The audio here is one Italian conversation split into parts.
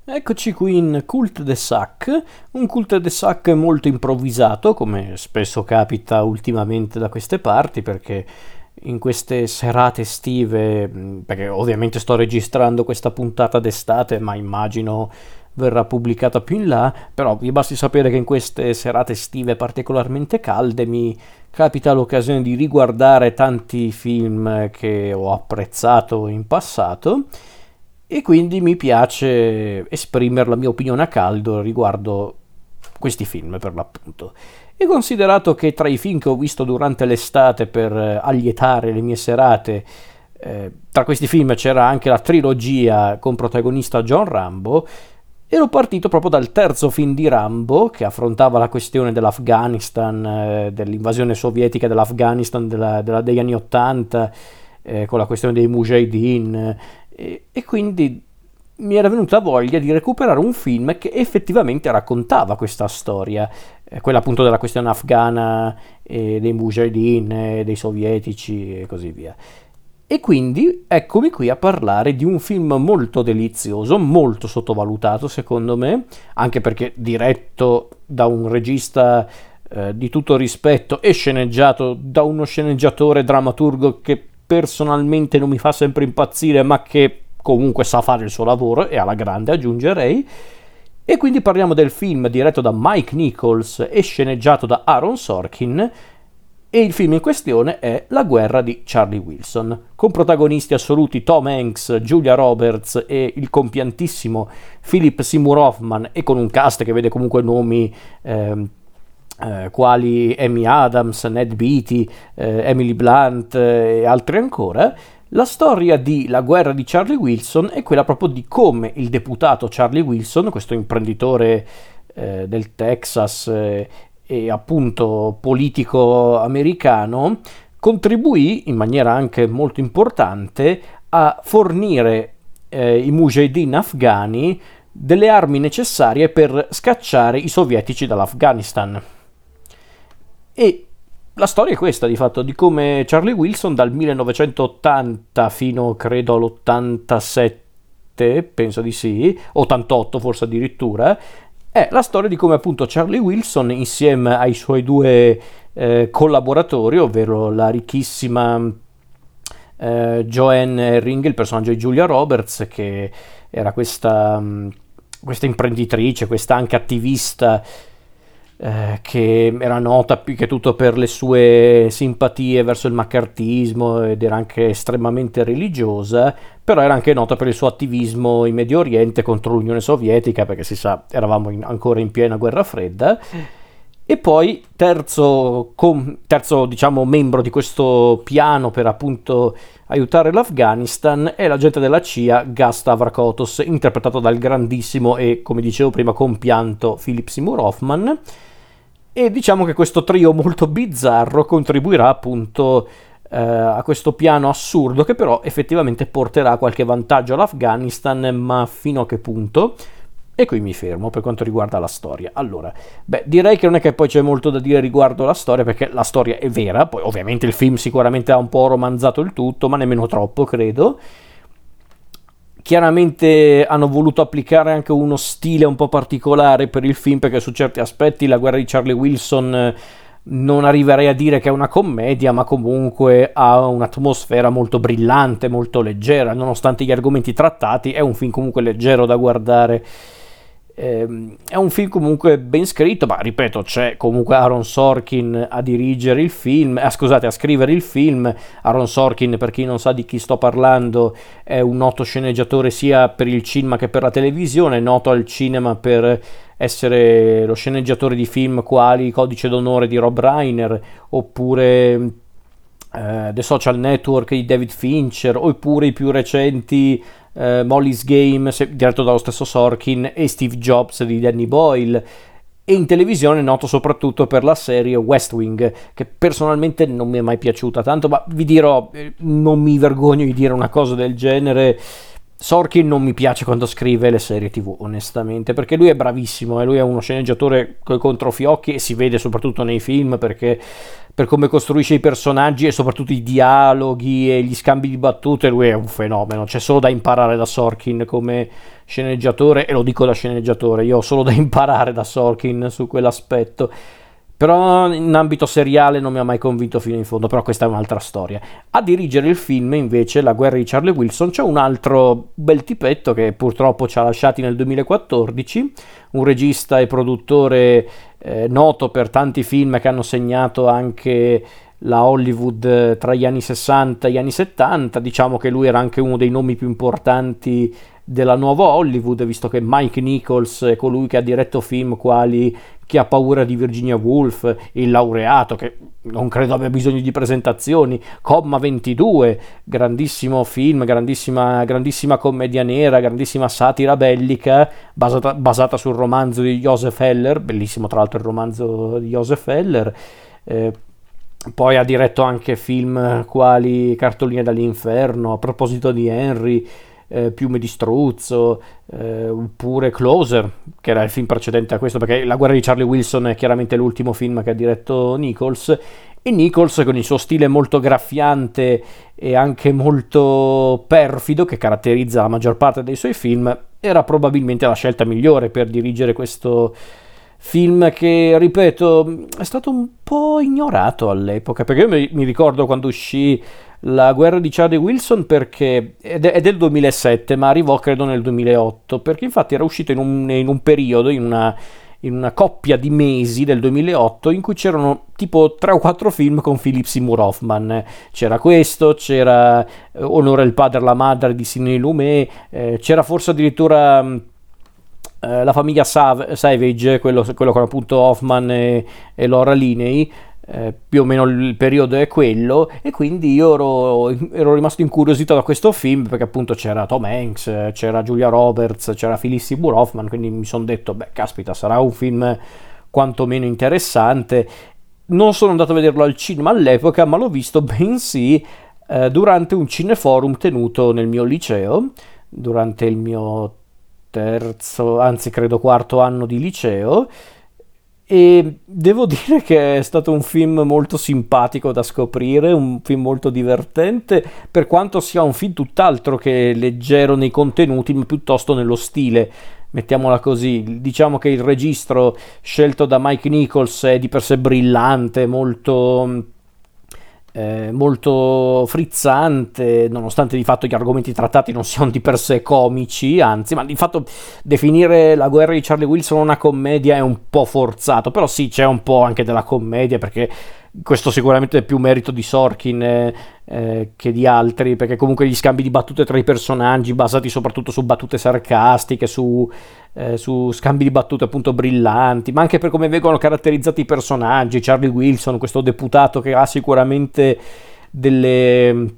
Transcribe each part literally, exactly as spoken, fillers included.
Eccoci qui in Cult de Sac, un Cult de Sac molto improvvisato, come spesso capita ultimamente da queste parti, perché in queste serate estive, mh, perché ovviamente sto registrando questa puntata d'estate, ma immagino verrà pubblicata più in là, però vi basti sapere che in queste serate estive particolarmente calde mi capita l'occasione di riguardare tanti film che ho apprezzato in passato e quindi mi piace esprimere la mia opinione a caldo riguardo questi film per l'appunto. E considerato che tra i film che ho visto durante l'estate per eh, allietare le mie serate, eh, tra questi film c'era anche la trilogia con protagonista John Rambo, ero partito proprio dal terzo film di Rambo che affrontava la questione dell'Afghanistan, eh, dell'invasione sovietica dell'Afghanistan della- della- degli anni Ottanta, eh, con la questione dei Mujahideen, e, e quindi mi era venuta voglia di recuperare un film che effettivamente raccontava questa storia, eh, quella appunto della questione afghana, e dei Mujahideen, e dei sovietici e così via. E quindi eccomi qui a parlare di un film molto delizioso, molto sottovalutato secondo me, anche perché diretto da un regista eh, di tutto rispetto e sceneggiato da uno sceneggiatore drammaturgo che personalmente non mi fa sempre impazzire, ma che comunque sa fare il suo lavoro e alla grande aggiungerei. E quindi parliamo del film diretto da Mike Nichols e sceneggiato da Aaron Sorkin, e il film in questione è La guerra di Charlie Wilson, con protagonisti assoluti Tom Hanks, Julia Roberts e il compiantissimo Philip Seymour Hoffman, e con un cast che vede comunque nomi ehm, eh, quali Amy Adams, Ned Beatty, eh, Emily Blunt eh, e altri ancora. La storia di La guerra di Charlie Wilson è quella proprio di come il deputato Charlie Wilson, questo imprenditore eh, del Texas eh, e appunto politico americano, contribuì in maniera anche molto importante a fornire eh, i mujahideen afghani delle armi necessarie per scacciare i sovietici dall'Afghanistan. E la storia è questa, di fatto, di come Charlie Wilson dal millenovecentottanta fino credo all'ottantasette, penso di sì, ottantotto forse addirittura, è la storia di come appunto Charlie Wilson insieme ai suoi due eh, collaboratori, ovvero la ricchissima eh, Joanne Herring, il personaggio di Julia Roberts, che era questa, questa imprenditrice, questa anche attivista, eh, che era nota più che tutto per le sue simpatie verso il maccartismo ed era anche estremamente religiosa, però era anche nota per il suo attivismo in Medio Oriente contro l'Unione Sovietica, perché si sa, eravamo in, ancora in piena guerra fredda. E poi terzo, com, terzo diciamo membro di questo piano per appunto aiutare l'Afghanistan è l'agente della C I A Gustav Rakotos, interpretato dal grandissimo e, come dicevo prima, compianto Philip Seymour Hoffman. E diciamo che questo trio molto bizzarro contribuirà appunto eh, a questo piano assurdo, che però effettivamente porterà qualche vantaggio all'Afghanistan, ma fino a che punto? E qui mi fermo per quanto riguarda la storia. Allora, beh, direi che non è che poi c'è molto da dire riguardo la storia, perché la storia è vera, poi ovviamente il film sicuramente ha un po' romanzato il tutto, ma nemmeno troppo, credo. Chiaramente hanno voluto applicare anche uno stile un po' particolare per il film, perché su certi aspetti La guerra di Charlie Wilson eh, non arriverei a dire che è una commedia, ma comunque ha un'atmosfera molto brillante, molto leggera, nonostante gli argomenti trattati. È un film comunque leggero da guardare. Ehm, È un film comunque ben scritto, ma ripeto, c'è comunque Aaron Sorkin a dirigere il film, eh, scusate, a scrivere il film. Aaron Sorkin, per chi non sa di chi sto parlando, è un noto sceneggiatore sia per il cinema che per la televisione, noto al cinema per essere lo sceneggiatore di film quali Codice d'onore di Rob Reiner, oppure eh, The Social Network di David Fincher, oppure i più recenti Uh, Molly's Game, se, diretto dallo stesso Sorkin, e Steve Jobs di Danny Boyle. E in televisione è noto soprattutto per la serie West Wing, che personalmente non mi è mai piaciuta tanto, ma vi dirò, non mi vergogno di dire una cosa del genere, Sorkin non mi piace quando scrive le serie tv, onestamente, perché lui è bravissimo e eh? Lui è uno sceneggiatore coi controfiocchi e si vede soprattutto nei film perché per come costruisce i personaggi e soprattutto i dialoghi e gli scambi di battute, lui è un fenomeno, c'è solo da imparare da Sorkin come sceneggiatore, e lo dico da sceneggiatore, io ho solo da imparare da Sorkin su quell'aspetto. Però in ambito seriale non mi ha mai convinto fino in fondo, però questa è un'altra storia. A dirigere il film invece, La guerra di Charlie Wilson, c'è un altro bel tipetto che purtroppo ci ha lasciati nel duemilaquattordici, un regista e produttore eh, noto per tanti film che hanno segnato anche la Hollywood tra gli anni sessanta e gli anni settanta. Diciamo che lui era anche uno dei nomi più importanti della nuova Hollywood, visto che Mike Nichols è colui che ha diretto film quali Chi ha paura di Virginia Woolf, Il laureato, che non credo abbia bisogno di presentazioni, Comma ventidue, grandissimo film, grandissima, grandissima commedia nera, grandissima satira bellica basata, basata sul romanzo di Joseph Heller, bellissimo tra l'altro il romanzo di Joseph Heller. eh, Poi ha diretto anche film quali Cartoline dall'inferno, A proposito di Henry, eh, Piume di struzzo, eh, oppure Closer, che era il film precedente a questo, perché La guerra di Charlie Wilson è chiaramente l'ultimo film che ha diretto Nichols, e Nichols con il suo stile molto graffiante e anche molto perfido che caratterizza la maggior parte dei suoi film, era probabilmente la scelta migliore per dirigere questo film che, ripeto, è stato un po' ignorato all'epoca, perché io mi, mi ricordo quando uscì La guerra di Charlie Wilson, perché è, è del duemilasette, ma arrivò credo nel duemilaotto, perché infatti era uscito in un, in un periodo, in una, in una coppia di mesi del duemilaotto in cui c'erano tipo tre o quattro film con Philip Seymour Hoffman. C'era questo, c'era Onore il padre e la madre di Sidney Lumet, eh, c'era forse addirittura eh, La famiglia Sav- Savage, quello, quello con appunto Hoffman e, e Laura Linney. Eh, più o meno il periodo è quello, e quindi io ero, ero rimasto incuriosito da questo film perché appunto c'era Tom Hanks, c'era Julia Roberts, c'era Philip Seymour Hoffman, quindi mi sono detto beh caspita, sarà un film quantomeno interessante. Non sono andato a vederlo al cinema all'epoca, ma l'ho visto bensì eh, durante un cineforum tenuto nel mio liceo, durante il mio terzo, anzi credo quarto anno di liceo, e devo dire che è stato un film molto simpatico da scoprire, un film molto divertente, per quanto sia un film tutt'altro che leggero nei contenuti, ma piuttosto nello stile, mettiamola così. Diciamo che il registro scelto da Mike Nichols è di per sé brillante, molto eh, molto frizzante, nonostante di fatto gli argomenti trattati non siano di per sé comici, anzi, ma di fatto definire La guerra di Charlie Wilson una commedia è un po' forzato, però sì, c'è un po' anche della commedia, perché questo sicuramente è più merito di Sorkin eh, eh, che di altri, perché comunque gli scambi di battute tra i personaggi, basati soprattutto su battute sarcastiche, su, eh, su scambi di battute appunto brillanti, ma anche per come vengono caratterizzati i personaggi. Charlie Wilson, questo deputato che ha sicuramente delle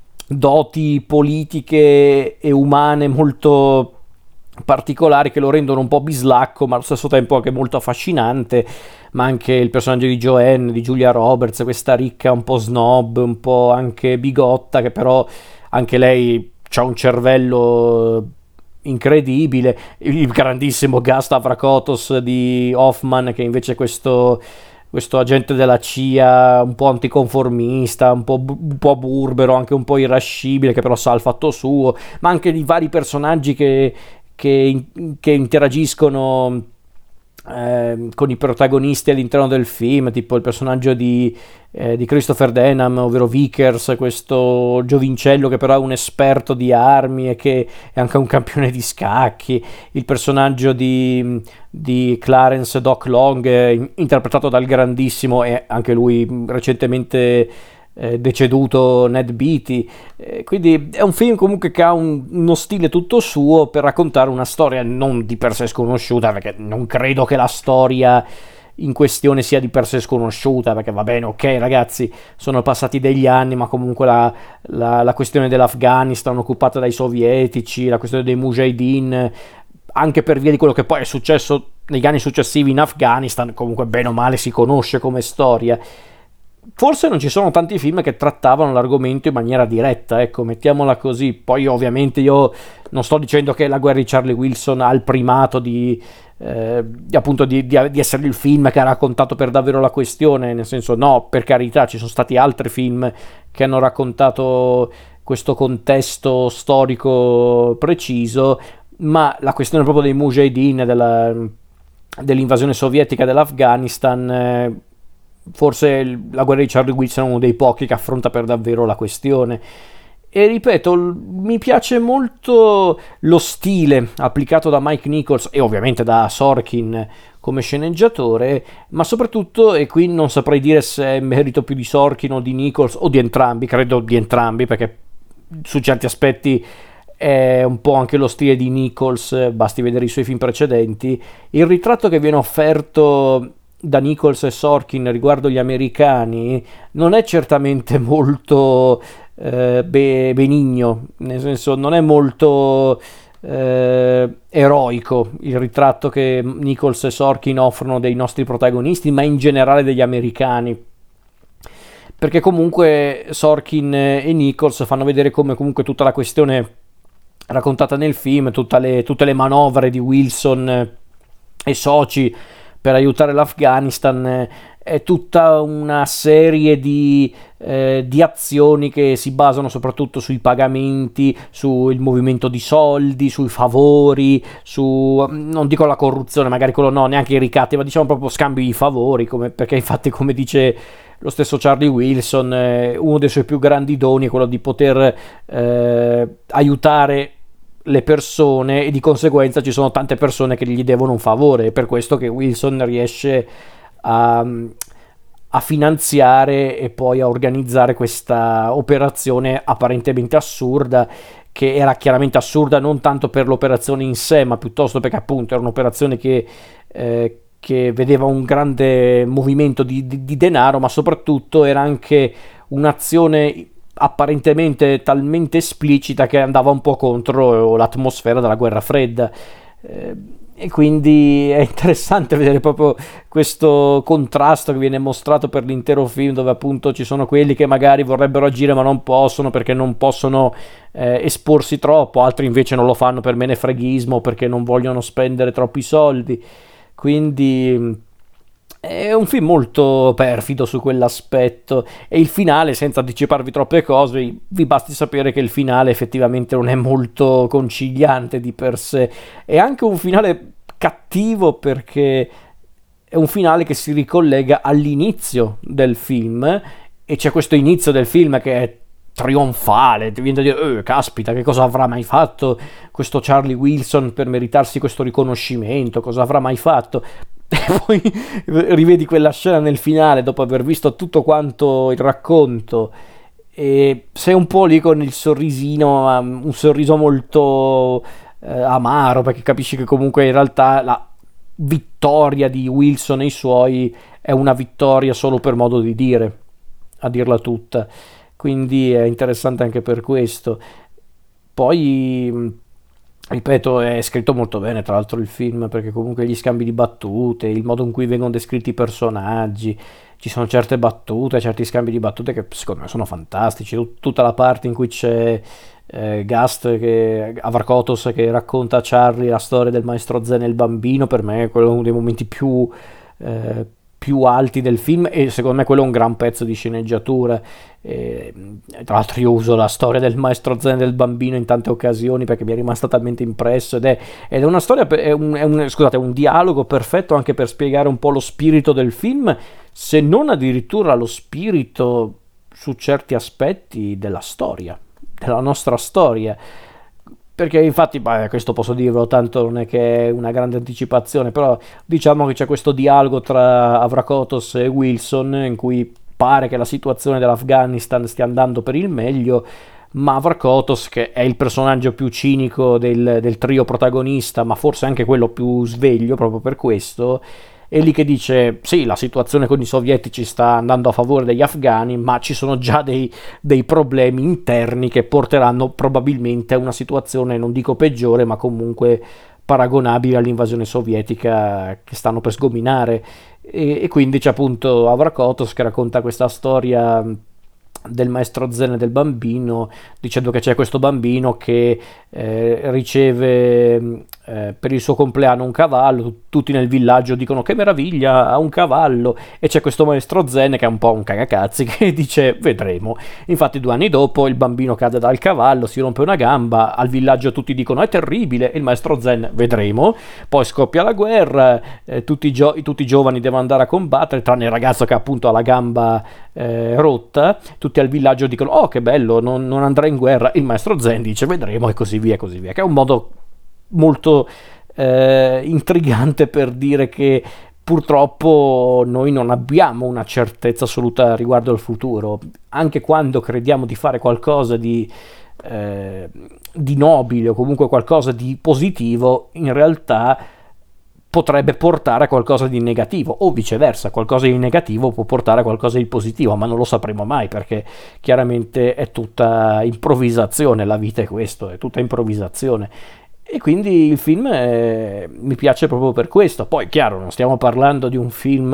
doti politiche e umane molto particolari che lo rendono un po' bislacco, ma allo stesso tempo anche molto affascinante. Ma anche il personaggio di Joanne, di Julia Roberts, questa ricca un po' snob, un po' anche bigotta, che però anche lei ha un cervello incredibile. Il grandissimo Gustav Rakotos di Hoffman, che invece è questo questo agente della C I A un po' anticonformista, un po', un po' burbero, anche un po' irascibile, che però sa il fatto suo, ma anche di vari personaggi che, che, che interagiscono eh, con i protagonisti all'interno del film, tipo il personaggio di, eh, di Christopher Denham, ovvero Vickers, questo giovincello che però è un esperto di armi e che è anche un campione di scacchi, il personaggio di, di Clarence Doc Long, eh, interpretato dal grandissimo e anche lui recentemente eh, deceduto Ned Beatty. Eh, quindi è un film comunque che ha un, uno stile tutto suo per raccontare una storia non di per sé sconosciuta, perché non credo che la storia in questione sia di per sé sconosciuta, perché va bene, ok ragazzi, sono passati degli anni, ma comunque la, la, la questione dell'Afghanistan occupata dai sovietici, la questione dei Mujahideen, anche per via di quello che poi è successo negli anni successivi in Afghanistan, comunque bene o male si conosce come storia. forse non ci sono tanti film che trattavano l'argomento in maniera diretta, ecco, mettiamola così. Poi ovviamente io non sto dicendo che La guerra di Charlie Wilson ha il primato di, eh, di, appunto di, di, di essere il film che ha raccontato per davvero la questione, nel senso no, per carità, ci sono stati altri film che hanno raccontato questo contesto storico preciso, ma la questione proprio dei Mujahideen, della, dell'invasione sovietica dell'Afghanistan, eh, forse la guerra di Charlie Wilson è uno dei pochi che affronta per davvero la questione. E ripeto, mi piace molto lo stile applicato da Mike Nichols e ovviamente da Sorkin come sceneggiatore, ma soprattutto, e qui non saprei dire se è merito più di Sorkin o di Nichols o di entrambi, credo di entrambi, perché su certi aspetti è un po' anche lo stile di Nichols, basti vedere i suoi film precedenti. Il ritratto che viene offerto da Nichols e Sorkin riguardo gli americani non è certamente molto eh, be- benigno, nel senso non è molto eh, eroico il ritratto che Nichols e Sorkin offrono dei nostri protagonisti, ma in generale degli americani, perché comunque Sorkin e Nichols fanno vedere come comunque tutta la questione raccontata nel film, tutte le, tutte le manovre di Wilson e soci per aiutare l'Afghanistan, eh, è tutta una serie di, eh, di azioni che si basano soprattutto sui pagamenti, sul movimento di soldi, sui favori, su, non dico la corruzione, magari quello no, neanche i ricatti, ma diciamo proprio scambi di favori, come, perché infatti come dice lo stesso Charlie Wilson, eh, uno dei suoi più grandi doni è quello di poter eh, aiutare le persone, e di conseguenza ci sono tante persone che gli devono un favore. È per questo che Wilson riesce a, a finanziare e poi a organizzare questa operazione apparentemente assurda, che era chiaramente assurda non tanto per l'operazione in sé, ma piuttosto perché appunto era un'operazione che, eh, che vedeva un grande movimento di, di, di denaro, ma soprattutto era anche un'azione apparentemente talmente esplicita che andava un po' contro l'atmosfera della guerra fredda, eh, e quindi è interessante vedere proprio questo contrasto che viene mostrato per l'intero film, dove appunto ci sono quelli che magari vorrebbero agire ma non possono perché non possono eh, esporsi troppo, altri invece non lo fanno per menefreghismo, perché non vogliono spendere troppi soldi. Quindi è un film molto perfido su quell'aspetto, e il finale, senza anticiparvi troppe cose, vi basti sapere che il finale effettivamente non è molto conciliante di per sé. È anche un finale cattivo perché è un finale che si ricollega all'inizio del film, e c'è questo inizio del film che è trionfale, ti viene da dire, eh, caspita, che cosa avrà mai fatto questo Charlie Wilson per meritarsi questo riconoscimento, cosa avrà mai fatto? E poi rivedi quella scena nel finale dopo aver visto tutto quanto il racconto e sei un po' lì con il sorrisino, un sorriso molto eh, amaro, perché capisci che comunque in realtà la vittoria di Wilson e i suoi è una vittoria solo per modo di dire, a dirla tutta. Quindi è interessante anche per questo. Poi ripeto, è scritto molto bene tra l'altro il film, perché comunque gli scambi di battute, il modo in cui vengono descritti i personaggi, ci sono certe battute, certi scambi di battute che secondo me sono fantastici. Tut- tutta la parte in cui c'è eh, Gast, che, Avrkotos, che racconta a Charlie la storia del maestro Zen e il bambino, per me è quello uno dei momenti più... Eh, più alti del film, e secondo me quello è un gran pezzo di sceneggiatura. E, tra l'altro io uso la storia del maestro Zen e del bambino in tante occasioni perché mi è rimasta talmente impresso, ed è, ed è una storia, è un, è un, scusate, è un dialogo perfetto anche per spiegare un po' lo spirito del film, se non addirittura lo spirito su certi aspetti della storia, della nostra storia. Perché infatti, beh, questo posso dirvelo, tanto non è che è una grande anticipazione, però diciamo che c'è questo dialogo tra Avrakotos e Wilson in cui pare che la situazione dell'Afghanistan stia andando per il meglio, ma Avrakotos, che è il personaggio più cinico del, del trio protagonista, ma forse anche quello più sveglio proprio per questo, è lì che dice sì, la situazione con i sovietici sta andando a favore degli afghani, ma ci sono già dei, dei problemi interni che porteranno probabilmente a una situazione, non dico peggiore, ma comunque paragonabile all'invasione sovietica che stanno per sgominare. e, e quindi c'è appunto Avra Kotos che racconta questa storia del maestro zen e del bambino, dicendo che c'è questo bambino che eh, riceve eh, per il suo compleanno un cavallo, tutti nel villaggio dicono che meraviglia, ha un cavallo, e c'è questo maestro zen che è un po' un cagacazzi che dice vedremo. Infatti due anni dopo il bambino cade dal cavallo, si rompe una gamba, al villaggio tutti dicono è terribile, il maestro zen vedremo, poi scoppia la guerra, eh, tutti, i gio- tutti i giovani devono andare a combattere, tranne il ragazzo che appunto ha la gamba eh, rotta, tutti al villaggio dicono oh che bello, non, non andrà in guerra, il maestro zen dice vedremo, e così via, così via, che è un modo molto eh, intrigante per dire che purtroppo noi non abbiamo una certezza assoluta riguardo al futuro, anche quando crediamo di fare qualcosa di, eh, di nobile o comunque qualcosa di positivo, in realtà potrebbe portare a qualcosa di negativo, o viceversa, qualcosa di negativo può portare a qualcosa di positivo, ma non lo sapremo mai perché chiaramente è tutta improvvisazione, la vita è questo, è tutta improvvisazione. E quindi il film eh, mi piace proprio per questo. Poi chiaro, non stiamo parlando di un film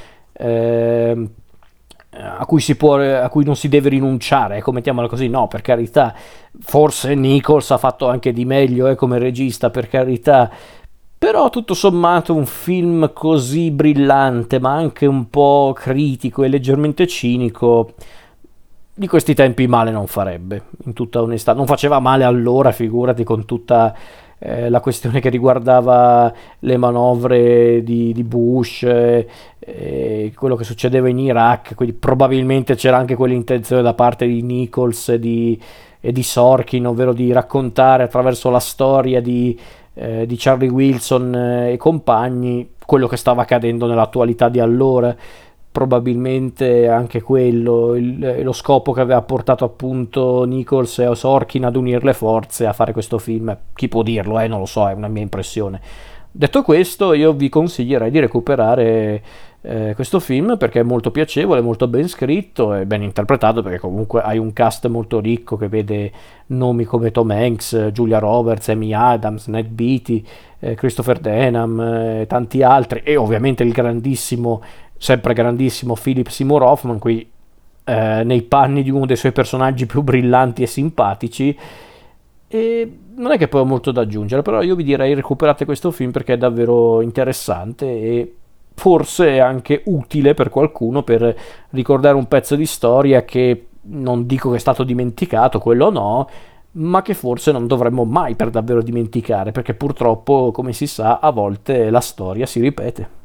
eh, a cui si può, a cui non si deve rinunciare, ecco, mettiamola così, no, per carità, forse Nichols ha fatto anche di meglio eh, come regista, per carità. Però tutto sommato un film così brillante, ma anche un po' critico e leggermente cinico, di questi tempi male non farebbe, in tutta onestà. Non faceva male allora, figurati, con tutta eh, la questione che riguardava le manovre di, di Bush, eh, eh, quello che succedeva in Iraq, quindi probabilmente c'era anche quell'intenzione da parte di Nichols e di, e di Sorkin, ovvero di raccontare attraverso la storia di Eh, di Charlie Wilson eh, e compagni quello che stava accadendo nell'attualità di allora. Probabilmente anche quello il, lo scopo che aveva portato appunto Nichols e Sorkin ad unire le forze a fare questo film. Chi può dirlo, eh? Non lo so, è una mia impressione. Detto questo, io vi consiglierei di recuperare eh, questo film perché è molto piacevole, molto ben scritto e ben interpretato, perché comunque hai un cast molto ricco che vede nomi come Tom Hanks, Julia Roberts, Amy Adams, Ned Beatty, eh, Christopher Denham e eh, tanti altri, e ovviamente il grandissimo, sempre grandissimo Philip Seymour Hoffman qui eh, nei panni di uno dei suoi personaggi più brillanti e simpatici. E non è che poi ho molto da aggiungere, però io vi direi recuperate questo film perché è davvero interessante e forse anche utile per qualcuno per ricordare un pezzo di storia che non dico che è stato dimenticato, quello no, ma che forse non dovremmo mai per davvero dimenticare, perché purtroppo, come si sa, a volte la storia si ripete.